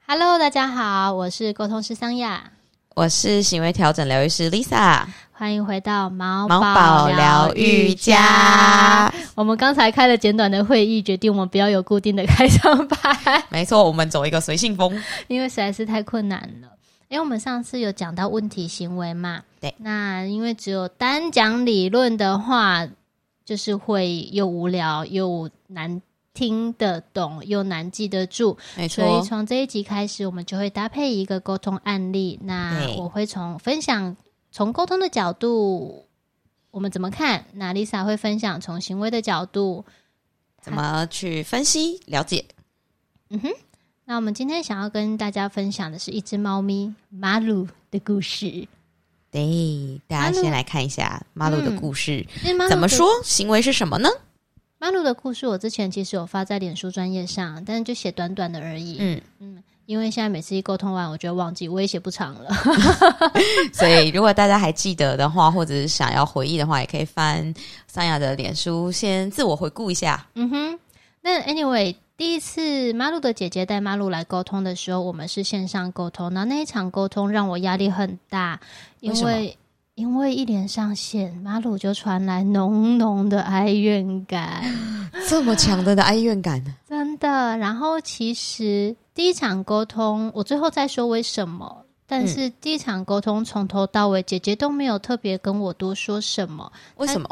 Hello， 大家好，我是沟通师桑雅， 我是行为调整疗愈师 Lisa， 欢迎回到毛宝疗愈家。 我们刚才开了简短的会议，决定我们不要有固定的开场白。 没错，我们走一个随性风， 因为实在是太困难了。因为我们上次有讲到问题行为嘛， 对， 那因为只有单讲理论的话，就是会又无聊又难听得懂又难记得住， 没错。 所以从这一集开始，我们就会搭配一个沟通案例。那我会分享从沟通的角度我们怎么看，那 Lisa 会分享从行为的角度怎么去分析了解。 那我们今天想要跟大家分享的是一只猫咪马鲁的故事。 对，大家先来看一下马鲁的故事，怎么说？行为是什么呢？ 马鲁的故事我之前其实有发在脸书专页上，但是就写短短的而已。因为现在每次一沟通完我就会忘记，我也写不长了。 所以如果大家还记得的话，或者是想要回忆的话，也可以翻桑雅的脸书先自我回顾一下。 那 anyway， 第一次马鲁的姐姐带马鲁来沟通的时候，我们是线上沟通，然后那一场沟通让我压力很大，因为一连上线，马鲁就传来浓浓的哀怨感。 这么强的哀怨感， 真的。然后其实第一场沟通我最后再说为什么，但是第一场沟通从头到尾姐姐都没有特别跟我多说什么。 为什么？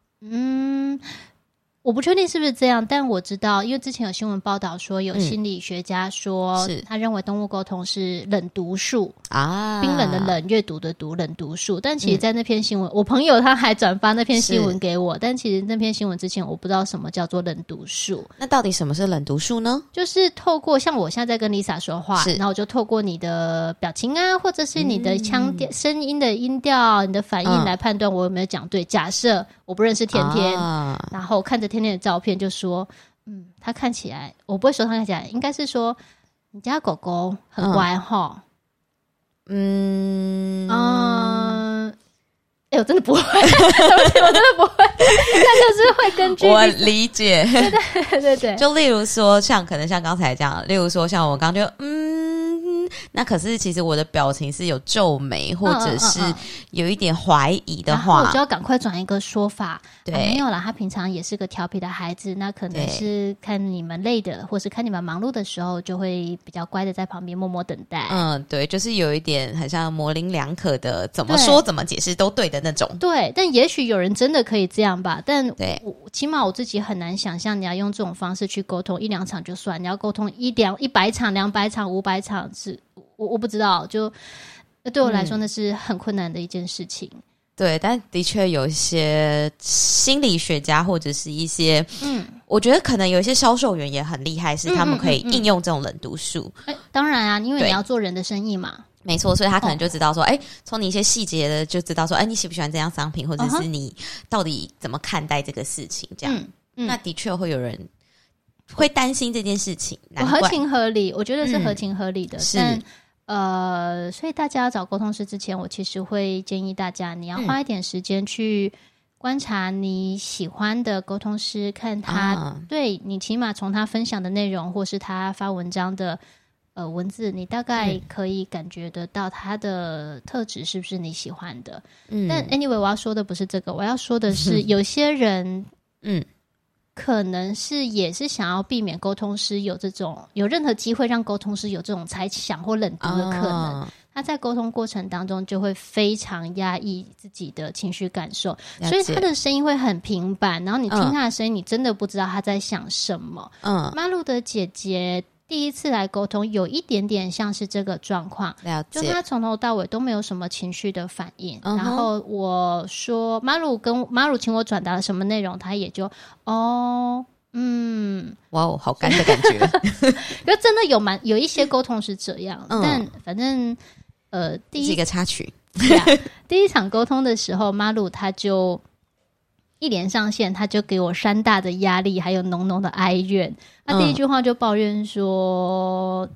我不确定是不是这样，但我知道，因为之前有新闻报道说，有心理学家说，他认为动物沟通是冷读术啊，冰冷的冷，阅读的读，冷读术。但其实在那篇新闻，我朋友他还转发那篇新闻给我，但其实那篇新闻之前我不知道什么叫做冷读术。 那到底什么是冷读术呢？ 就是透过像我现在在跟 Lisa 说话，然后我就透过你的表情啊，或者是你的腔调、声音的音调、你的反应来判断我有没有讲对。假设我不认识甜甜，然后看着甜甜的照片就说他看起来，我不会说他看起来，应该是说你家狗狗很乖齁。我真的不会对不起，我真的不会。那就是会根据我理解， 对， 就例如说可能像刚才这样，例如说像我刚刚就那可是其实我的表情是有皱眉或者是有一点怀疑的话， 然后我就要赶快转一个说法。 对， 没有啦，他平常也是个调皮的孩子，那可能是看你们累的或是看你们忙碌的时候就会比较乖的在旁边默默等待。 对，就是有一点很像模棱两可的，怎么说怎么解释都对的那种。 对，但也许有人真的可以这样吧，但起码我自己很难想象你要用这种方式去沟通1-2场就算，你要沟通100场、200场、500场，是我不知道，就对我来说那是很困难的一件事情。 对，但的确有一些心理学家或者是一些我觉得可能有一些销售员也很厉害，是他们可以应用这种冷读术。 当然啊，因为你要做人的生意嘛。 没错，所以他可能就知道说从你一些细节的就知道说你喜不喜欢这样商品，或者是你到底怎么看待这个事情这样。那的确会有人会担心这件事情， 我合情合理，我觉得是合情合理的。但所以大家找沟通师之前，我其实会建议大家，你要花一点时间去观察你喜欢的沟通师，看他对你起码从他分享的内容，或是他发文章的文字，你大概可以感觉得到他的特质是不是你喜欢的。但 anyway 我要说的不是这个，我要说的是有些人可能是也是想要避免沟通师有任何机会让沟通师有这种猜想或冷读的可能，他在沟通过程当中就会非常压抑自己的情绪感受，所以他的声音会很平板，然后你听他的声音你真的不知道他在想什么。马鲁的姐姐第一次来沟通有一点点像是这个状况，就他从头到尾都没有什么情绪的反应，然后我说马鲁请我转达了什么内容，他也就哇哦，好干的感觉。 可是真的有一些沟通是这样，但反正是一个插曲。 第一场沟通的时候，马鲁他就一连上线，他就给我山大的压力，还有浓浓的哀怨。他第一句话就抱怨说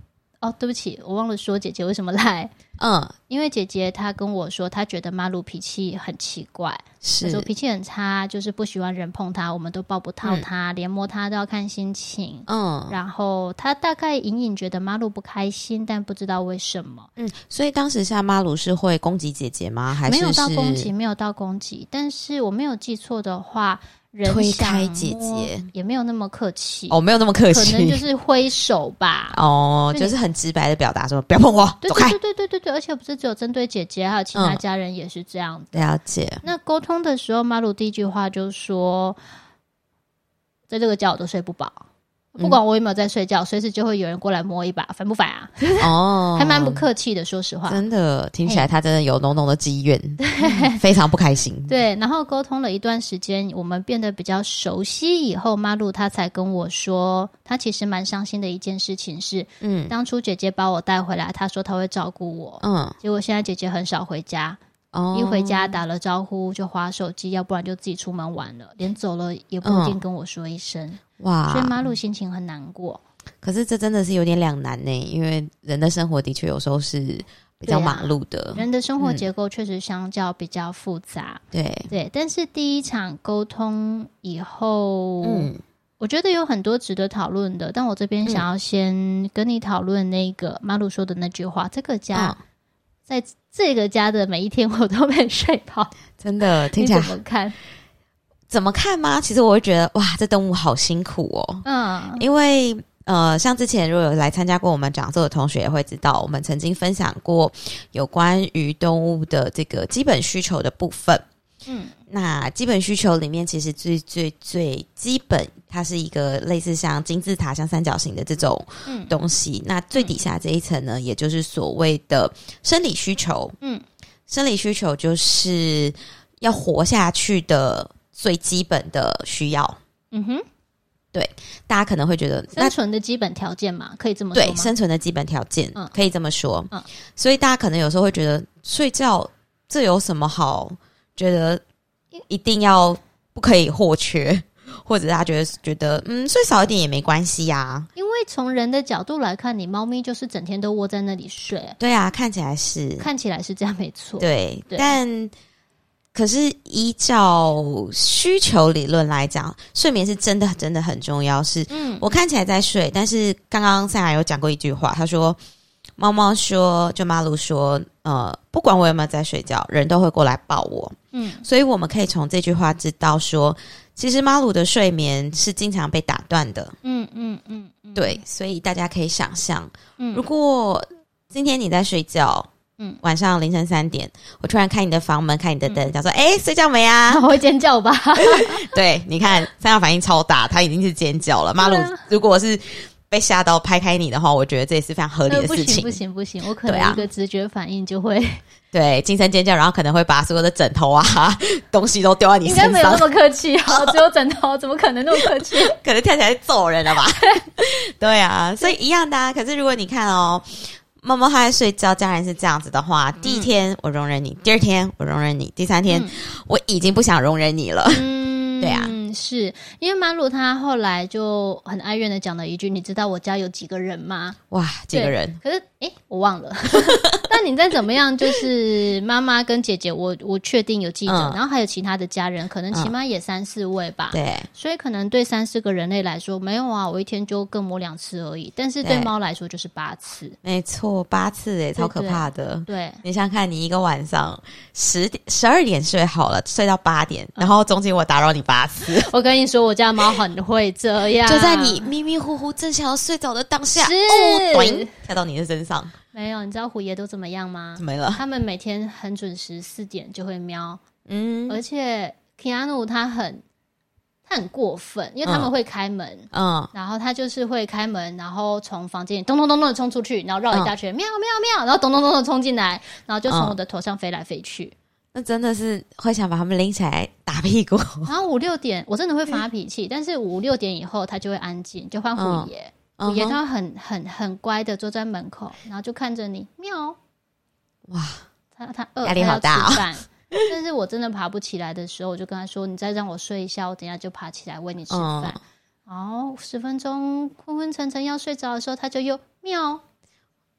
哦，对不起，我忘了说姐姐为什么来。因为姐姐她跟我说，她觉得马鲁脾气很奇怪，她说脾气很差，就是不喜欢人碰她，我们都抱不到她，连摸她都要看心情。然后她大概隐隐觉得马鲁不开心，但不知道为什么。 所以当时下马鲁是会攻击姐姐吗？还是没有到攻击，没有到攻击，但是我没有记错的话。 推开姐姐也没有那么客气没有那么客气， 可能就是挥手吧。 就是很直白的表达说不要碰我，走开。 对，而且不是只有针对姐姐，还有其他家人也是这样的。 了解。那沟通的时候，马鲁第一句话就说，在这个家我都睡不饱，不管我有没有在睡觉，随时就会有人过来摸一把，烦不烦啊？还蛮不客气的，说实话。 真的听起来他真的有浓浓的积怨，非常不开心。 对，然后沟通了一段时间，我们变得比较熟悉以后，马鲁他才跟我说，他其实蛮伤心的一件事情是，当初姐姐把我带回来，他说他会照顾我，结果现在姐姐很少回家。一回家打了招呼就滑手机，要不然就自己出门玩了，连走了也不一定跟我说一声。哇！所以马鲁心情很难过。 可是这真的是有点两难呢，因为人的生活的确有时候是比较忙碌的， 人的生活结构确实相较比较复杂。对，但是第一场沟通以后，我觉得有很多值得讨论的，但我这边想要先跟你讨论那个马鲁说的那句话：这个家。在这个家的每一天我都没睡饱， 真的听起来你怎么看？ 怎么看吗？其实我会觉得哇，这动物好辛苦哦。因为像之前如果有来参加过我们讲座的同学也会知道，我们曾经分享过有关于动物的这个基本需求的部分。那基本需求里面其实最基本，它是一个类似像金字塔、像三角形的这种东西。那最底下这一层呢，也就是所谓的生理需求。生理需求就是要活下去的最基本的需要。对，大家可能会觉得生存的基本条件嘛，可以这么说吗？ 对，生存的基本条件，可以这么说。所以大家可能有时候会觉得睡觉这有什么好？觉得一定要不可以或缺，或者他觉得睡少一点也没关系啊。 因为从人的角度来看，你猫咪就是整天都窝在那里睡。 对啊，看起来是这样没错。 对，但可是依照需求理论来讲，睡眠是真的很重要。是我看起来在睡，但是刚刚赛亚有讲过一句话，他说猫猫说，就马鲁说，不管我有没有在睡觉，人都会过来抱我。所以我们可以从这句话知道说，其实马鲁的睡眠是经常被打断的。对，所以大家可以想象，如果今天你在睡觉，晚上凌晨3点，我突然开你的房门，开你的灯，讲说，睡觉没啊？ 我会尖叫吧？ 对，你看三亚反应超大，他已经是尖叫了。马鲁如果是被吓到拍开你的话，我觉得这也是非常合理的事情。 不行，我可能一个直觉反应就会对惊声尖叫，然后可能会把所有的枕头啊东西都丢在你身上。 应该没有那么客气啊，只有枕头，怎么可能那么客气？ 可能跳起来揍人了吧？对啊，所以一样的啊。可是如果你看猫猫它在睡觉，家人是这样子的话，第一天我容忍你，第二天我容忍你，第三天我已经不想容忍你了。对啊。 是因为马鲁他后来就很哀怨的讲了一句：“你知道我家有几个人吗？” 哇，几个人？ 可是我忘了。但你再怎么样，就是妈妈跟姐姐，我确定有记得，然后还有其他的家人，可能起码也3、4位吧。 对， 所以可能对3、4个人类来说，没有啊，我一天就各摸2次而已。但是对猫来说就是8次。 没错，8次超可怕的。 对， 你想想看，你一个晚上12点睡好了，睡到8点，然后中间我打扰你8次。 我跟你说，我家猫很会这样， 就在你迷迷糊糊正想要睡着的当下，跳到你的身上。 没有，你知道虎爷都怎么样吗？ 怎么了？ 他们每天很准时4点就会喵。而且 Keanu 他很过分，因为他们会开门，然后他就是会开门，然后从房间里咚咚咚咚的冲出去，然后绕一大圈，喵喵喵，然后咚咚咚的冲进来，然后就从我的头上飞来飞去。 那真的是会想把他们拎起来打屁股。 然后5、6点我真的会发脾气，但是5、6点以后他就会安静，就换虎爷。虎爷他很乖的坐在门口，然后就看着你喵。哇，他饿， 压力好大哦。但是我真的爬不起来的时候，我就跟他说：“你再让我睡一下，我等一下就爬起来喂你吃饭。”然后10分钟昏昏沉沉要睡着的时候，他就又喵。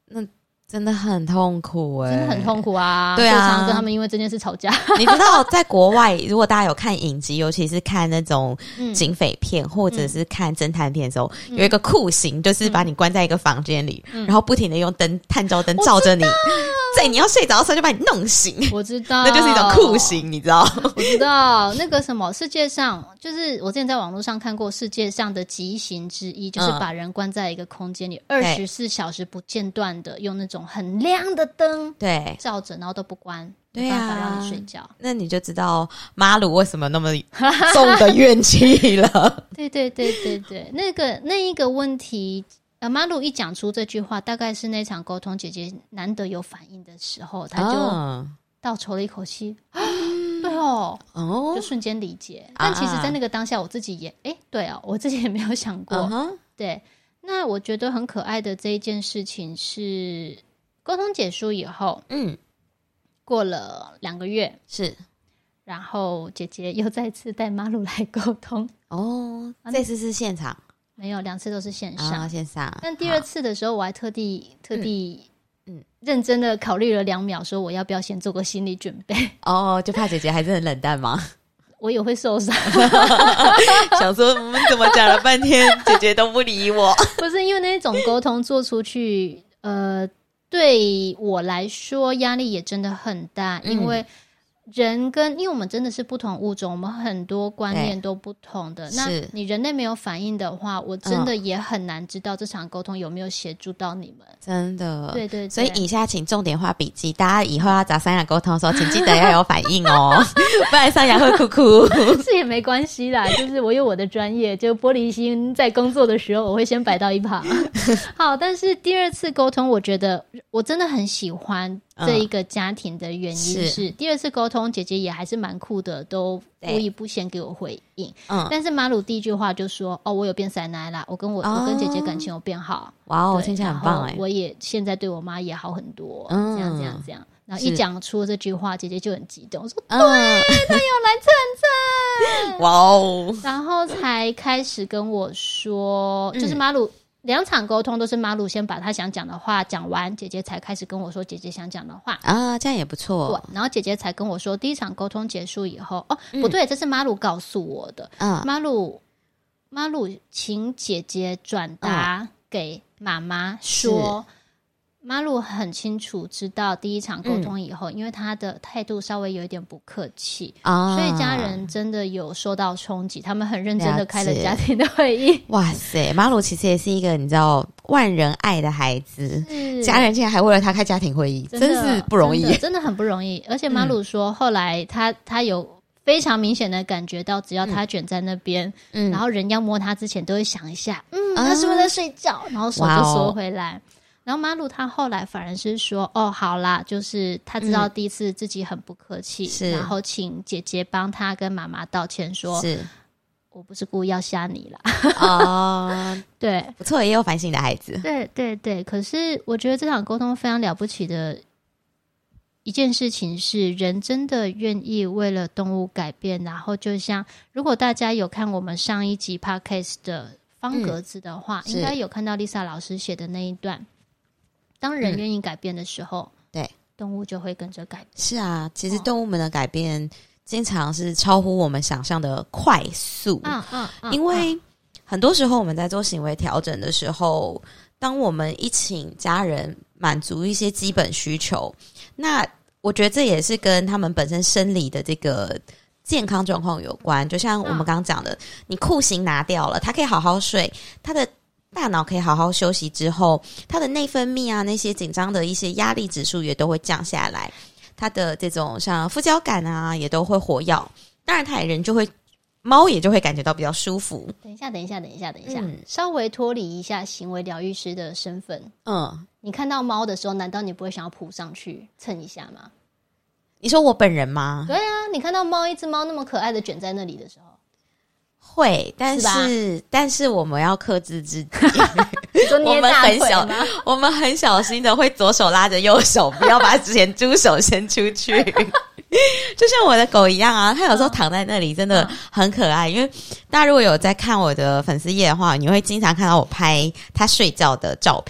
那真的很痛苦真的很痛苦啊！ 对啊， 常常跟他们因为这件事吵架。 你知道，在国外，如果大家有看影集，尤其是看那种警匪片，或者是看侦探片的时候，有一个酷刑，就是把你关在一个房间里，然后不停的用探照灯照着你，在你要睡着的时候就把你弄醒。 我知道， 那就是一种酷刑，你知道？ 我知道那个什么，世界上就是我之前在网络上看过，世界上的极刑之一，就是把人关在一个空间里，24小时不间断的用那种很亮的灯对照着，然后都不关， 对啊， 没办法让你睡觉。 那你就知道妈鲁为什么那么重的怨气了。 对对对对对，那一个问题。妈鲁一讲出这句话，大概是那场沟通姐姐难得有反应的时候，她就倒抽了一口气。对哦，就瞬间理解。但其实在那个当下我自己也对哦，我自己也没有想过。对，那我觉得很可爱的这一件事情是沟通结束以后，过了2个月， 是， 然后姐姐又再次带妈鲁来沟通。 这次是现场。 没有，2次都是线上。 线上。 但第2次的时候，我还特地认真的考虑了2秒，说我要不要先做个心理准备。 就怕姐姐还是很冷淡吗？ 我也会受伤。 想说怎么讲了半天，姐姐都不理我。 不是因为那种沟通做出去，对我来说压力也真的很大，因为。因为我们真的是不同物种，我们很多观念都不同的。那你人类没有反应的话，我真的也很难知道这场沟通有没有协助到你们。 真的， 对对对。 所以以下请重点画笔记，大家以后要找三雅沟通的时候，请记得要有反应哦，不然三雅会哭哭。 是也没关系啦，就是我有我的专业，就玻璃心在工作的时候，我会先摆到一旁。好，但是第2次沟通，我觉得我真的很喜欢这一个家庭的原因是第2次沟通，姐姐也还是蛮酷的，都不依不嫌给我回应。但是马鲁第一句话就说：“我有变塞奶啦，我跟姐姐感情有变好。” 哇，听起来很棒哎！ 我也现在对我妈也好很多，这样。然后一讲出这句话，姐姐就很激动，说：“对，她有来蹭蹭。”哇哦！然后才开始跟我说，就是马鲁。2场沟通都是马鲁先把他想讲的话讲完，姐姐才开始跟我说姐姐想讲的话这样也不错。 然后姐姐才跟我说，第1场沟通结束以后，不对，这是马鲁告诉我的。马鲁请姐姐转达给妈妈说。马鲁很清楚知道第1场沟通以后，因为他的态度稍微有一点不客气，所以家人真的有受到冲击，他们很认真的开了家庭的会议。 哇塞，马鲁其实也是一个你知道万人爱的孩子，家人竟然还为了他开家庭会议，真是不容易， 真的很不容易。而且马鲁说后来他有非常明显的感觉到，只要他卷在那边，然后人要摸他之前都会想一下，他是不是在睡觉，然后手就缩回来。然后马鲁他后来反而是说好啦，就是他知道第1次自己很不客气，然后请姐姐帮他跟妈妈道歉说我不是故意要吓你啦。对， 不错，也有反省的孩子。 对对对，可是我觉得这场沟通非常了不起的一件事情是，人真的愿意为了动物改变。然后就像如果大家有看我们上一集 podcast 的方格子的话，应该有看到 Lisa 老师写的那一段，当人愿意改变的时候， 对， 动物就会跟着改变。 是啊，其实动物们的改变经常是超乎我们想象的快速。因为很多时候我们在做行为调整的时候，当我们一请家人满足一些基本需求，那我觉得这也是跟他们本身生理的这个健康状况有关。就像我们刚刚讲的，你酷刑拿掉了，他可以好好睡，他的大脑可以好好休息之后，他的内分泌啊，那些紧张的一些压力指数也都会降下来，他的这种像副交感啊也都会活跃，当然他猫也就会感觉到比较舒服。 等一下，稍微脱离一下行为疗愈师的身份。你看到猫的时候，难道你不会想要扑上去蹭一下吗？ 你说我本人吗？ 对啊，你看到一只猫那么可爱的卷在那里的时候， 会，但是我们要克制自己。 我们很小心的会左手拉着右手，不要把之前猪手伸出去。就像我的狗一样啊，它有时候躺在那里真的很可爱。因为大家如果有在看我的粉丝页的话，你会经常看到我拍它睡觉的照片。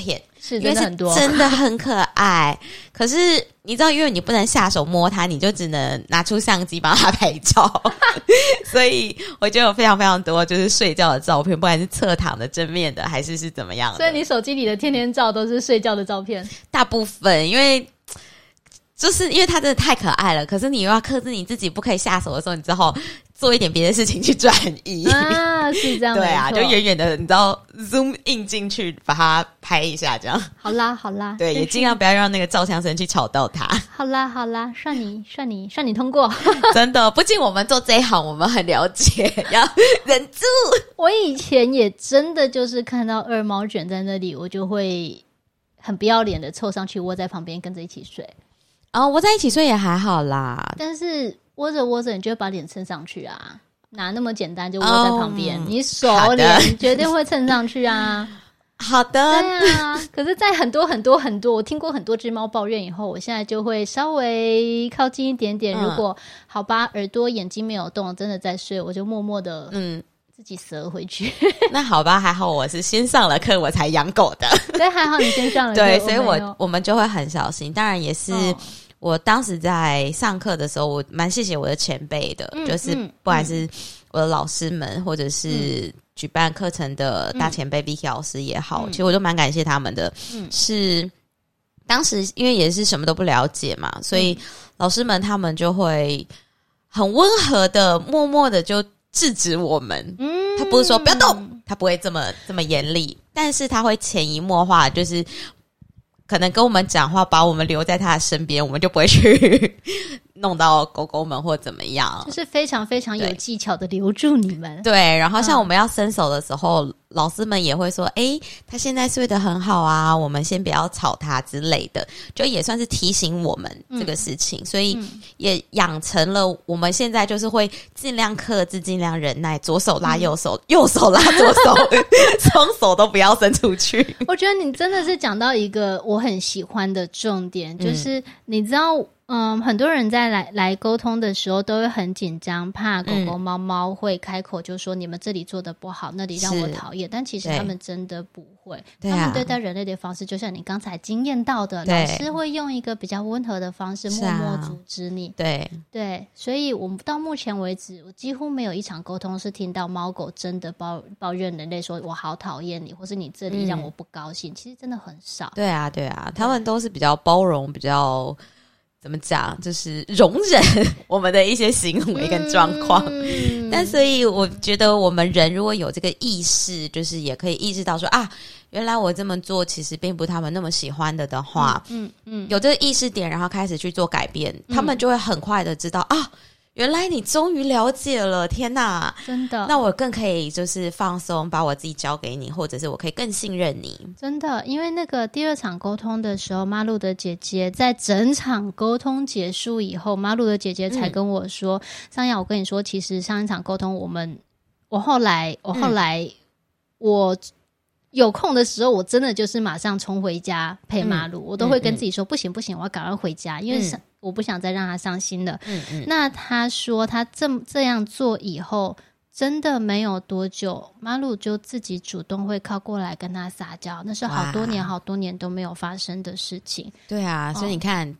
是因为是真的很多， 真的很可爱。可是你知道，因为你不能下手摸它，你就只能拿出相机帮它拍照。所以我就有非常非常多就是睡觉的照片，不管是侧躺的、正面的，还是怎么样的。 所以你手机里的天天照都是睡觉的照片？ 大部分，因为它真的太可爱了，可是你又要克制你自己不可以下手的时候，你只好做一点别的事情去转移啊，是这样。 对啊，就远远的你知道 zoom in 进去把它拍一下这样。 好啦好啦， 对，也尽量不要让那个照相声去吵到它。 好啦好啦，算你通过。 真的，不仅我们做这一行我们很了解，要忍住。 我以前也真的就是看到二猫卷在那里，我就会很不要脸的凑上去窝在旁边跟着一起睡。 窝在一起睡也还好啦， 但是窝着窝着你就会把脸蹭上去啊，哪那么简单就窝在旁边，你手脸绝对会蹭上去啊。 好的， 对啊。可是在很多我听过很多只猫抱怨以后，我现在就会稍微靠近一点点，如果好吧耳朵眼睛没有动真的在睡，我就默默的自己折回去。 那好吧，还好我是先上了课我才养狗的。 对，还好你先上了课。 对，所以我们就会很小心。当然也是我当时在上课的时候，我蛮谢谢我的前辈的，就是不管是我的老师们，或者是举办课程的大前辈 Vicky 老师也好，其实我都蛮感谢他们的。是当时因为也是什么都不了解嘛，所以老师们他们就会很温和的、默默的就制止我们。他不是说不要动，他不会这么严厉，但是他会潜移默化，就是可能跟我们讲话，把我们留在他的身边，我们就不会去弄到狗狗们或怎么样， 就是非常非常有技巧的留住你们。 对，然后像我们要伸手的时候，老师们也会说他现在睡得很好啊，我们先不要吵他之类的，就也算是提醒我们这个事情。所以也养成了我们现在就是会尽量克制，尽量忍耐，左手拉右手，右手拉左手，双手都不要伸出去。 我觉得你真的是讲到一个我很喜欢的重点，就是你知道很多人在来沟通的时候都会很紧张，怕狗狗猫猫会开口就说你们这里做的不好，那里让我讨厌，但其实他们真的不会。他们对待人类的方式就像你刚才经验到的，老师会用一个比较温和的方式默默阻止你。对，所以我们到目前为止我几乎没有一场沟通是听到猫狗真的抱怨人类说我好讨厌你，或是你这里让我不高兴，其实真的很少。 对啊他们都是比较包容，比较怎么讲，就是容忍我们的一些行为跟状况。但所以我觉得我们人如果有这个意识，就是也可以意识到说原来我这么做其实并不他们那么喜欢的话，有这个意识点，然后开始去做改变，他们就会很快的知道原来你终于了解了，天哪， 真的， 那我更可以就是放松，把我自己交给你，或者是我可以更信任你。 真的，因为那个第二场沟通的时候，马路的姐姐在整场沟通结束以后，马路的姐姐才跟我说，桑雅，我跟你说，其实上一场沟通我后来我有空的时候，我真的就是马上冲回家陪马路，我都会跟自己说不行，我要赶快回家，因为我不想再让他伤心了。那他说他这样做以后，真的没有多久，马路就自己主动会靠过来跟他撒娇，那是好多年都没有发生的事情。 对啊，所以你看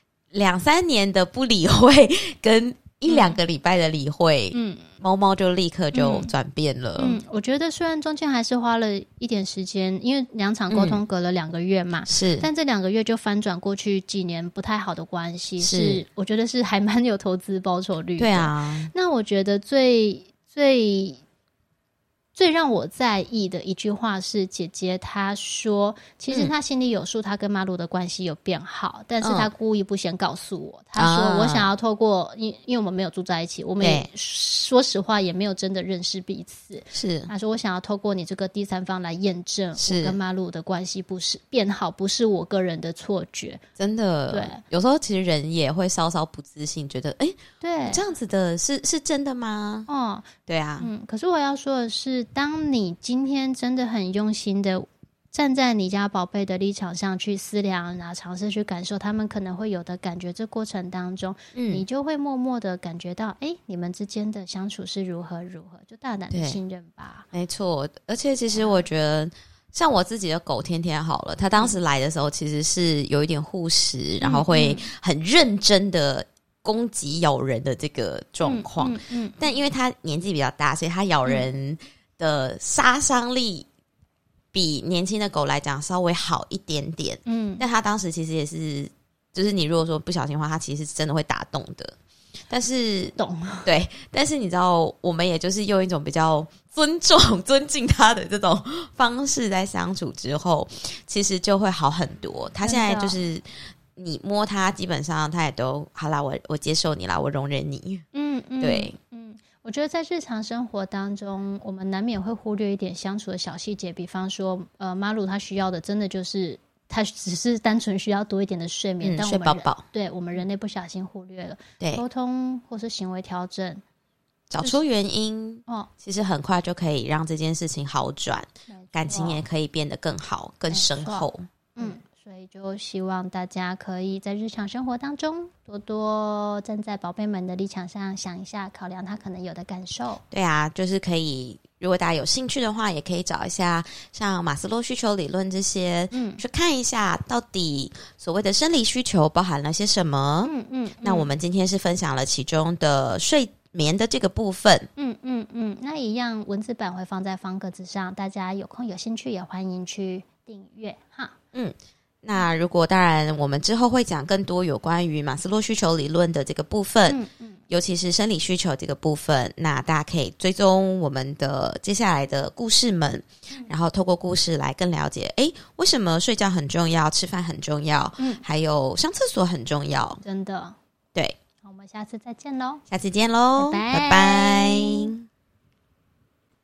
2-3年的不理会跟1-2个礼拜的理会，猫猫就立刻就转变了。 我觉得虽然中间还是花了一点时间，因为2场沟通隔了2个月嘛， 是， 但这2个月就翻转过去几年不太好的关系，是我觉得是还蛮有投资报酬率的。 对啊， 那我觉得最让我在意的一句话是，姐姐她说其实她心里有数，她跟马路的关系有变好，但是她故意不先告诉我。她说我想要透过因为我们没有住在一起，我们也说实话也没有真的认识彼此， 是她说我想要透过你这个第三方来验证我跟马路的关系不是变好，不是我个人的错觉。 真的，对，有时候其实人也会稍稍不自信，觉得对，这样子的是真的吗？对啊， 可是我要说的是，当你今天真的很用心的站在你家宝贝的立场上去思量，然后尝试去感受他们可能会有的感觉，这过程当中你就会默默的感觉到你们之间的相处是如何，就大胆的信任吧。 没错，而且其实我觉得像我自己的狗天天好了，它当时来的时候其实是有一点护食，然后会很认真的攻击咬人的这个状况。但因为它年纪比较大，所以它咬人的杀伤力比年轻的狗来讲稍微好一点点。但它当时其实也是，就是你如果说不小心的话，它其实是真的会打洞的。但是对，但是你知道，我们也就是用一种比较尊重、尊敬他的这种方式在相处之后，其实就会好很多。他现在就是你摸他，基本上他也都好啦，我接受你啦，我容忍你。对， 我觉得在日常生活当中，我们难免会忽略一点相处的小细节，比方说，马鲁他需要的真的就是他只是单纯需要多一点的睡眠，但睡饱饱， 对我们人类不小心忽略了。 对， 沟通或是行为调整， 找出原因，其实很快就可以让这件事情好转，感情也可以变得更好、更深厚。 所以就希望大家可以在日常生活当中多多站在宝贝们的立场上想一下，考量他可能有的感受。 对啊，就是可以，如果大家有兴趣的话，也可以找一下像马斯洛需求理论这些，去看一下到底所谓的生理需求包含了些什么。那我们今天是分享了其中的睡眠的这个部分。 那一样文字版会放在方格子上，大家有空有兴趣也欢迎去订阅哈。 那如果当然我们之后会讲更多有关于马斯洛需求理论的这个部分，尤其是生理需求这个部分，那大家可以追踪我们的接下来的故事们，然后透过故事来更了解为什么睡觉很重要，吃饭很重要，还有上厕所很重要。 真的， 对， 我们下次再见咯， 下次见咯，拜拜。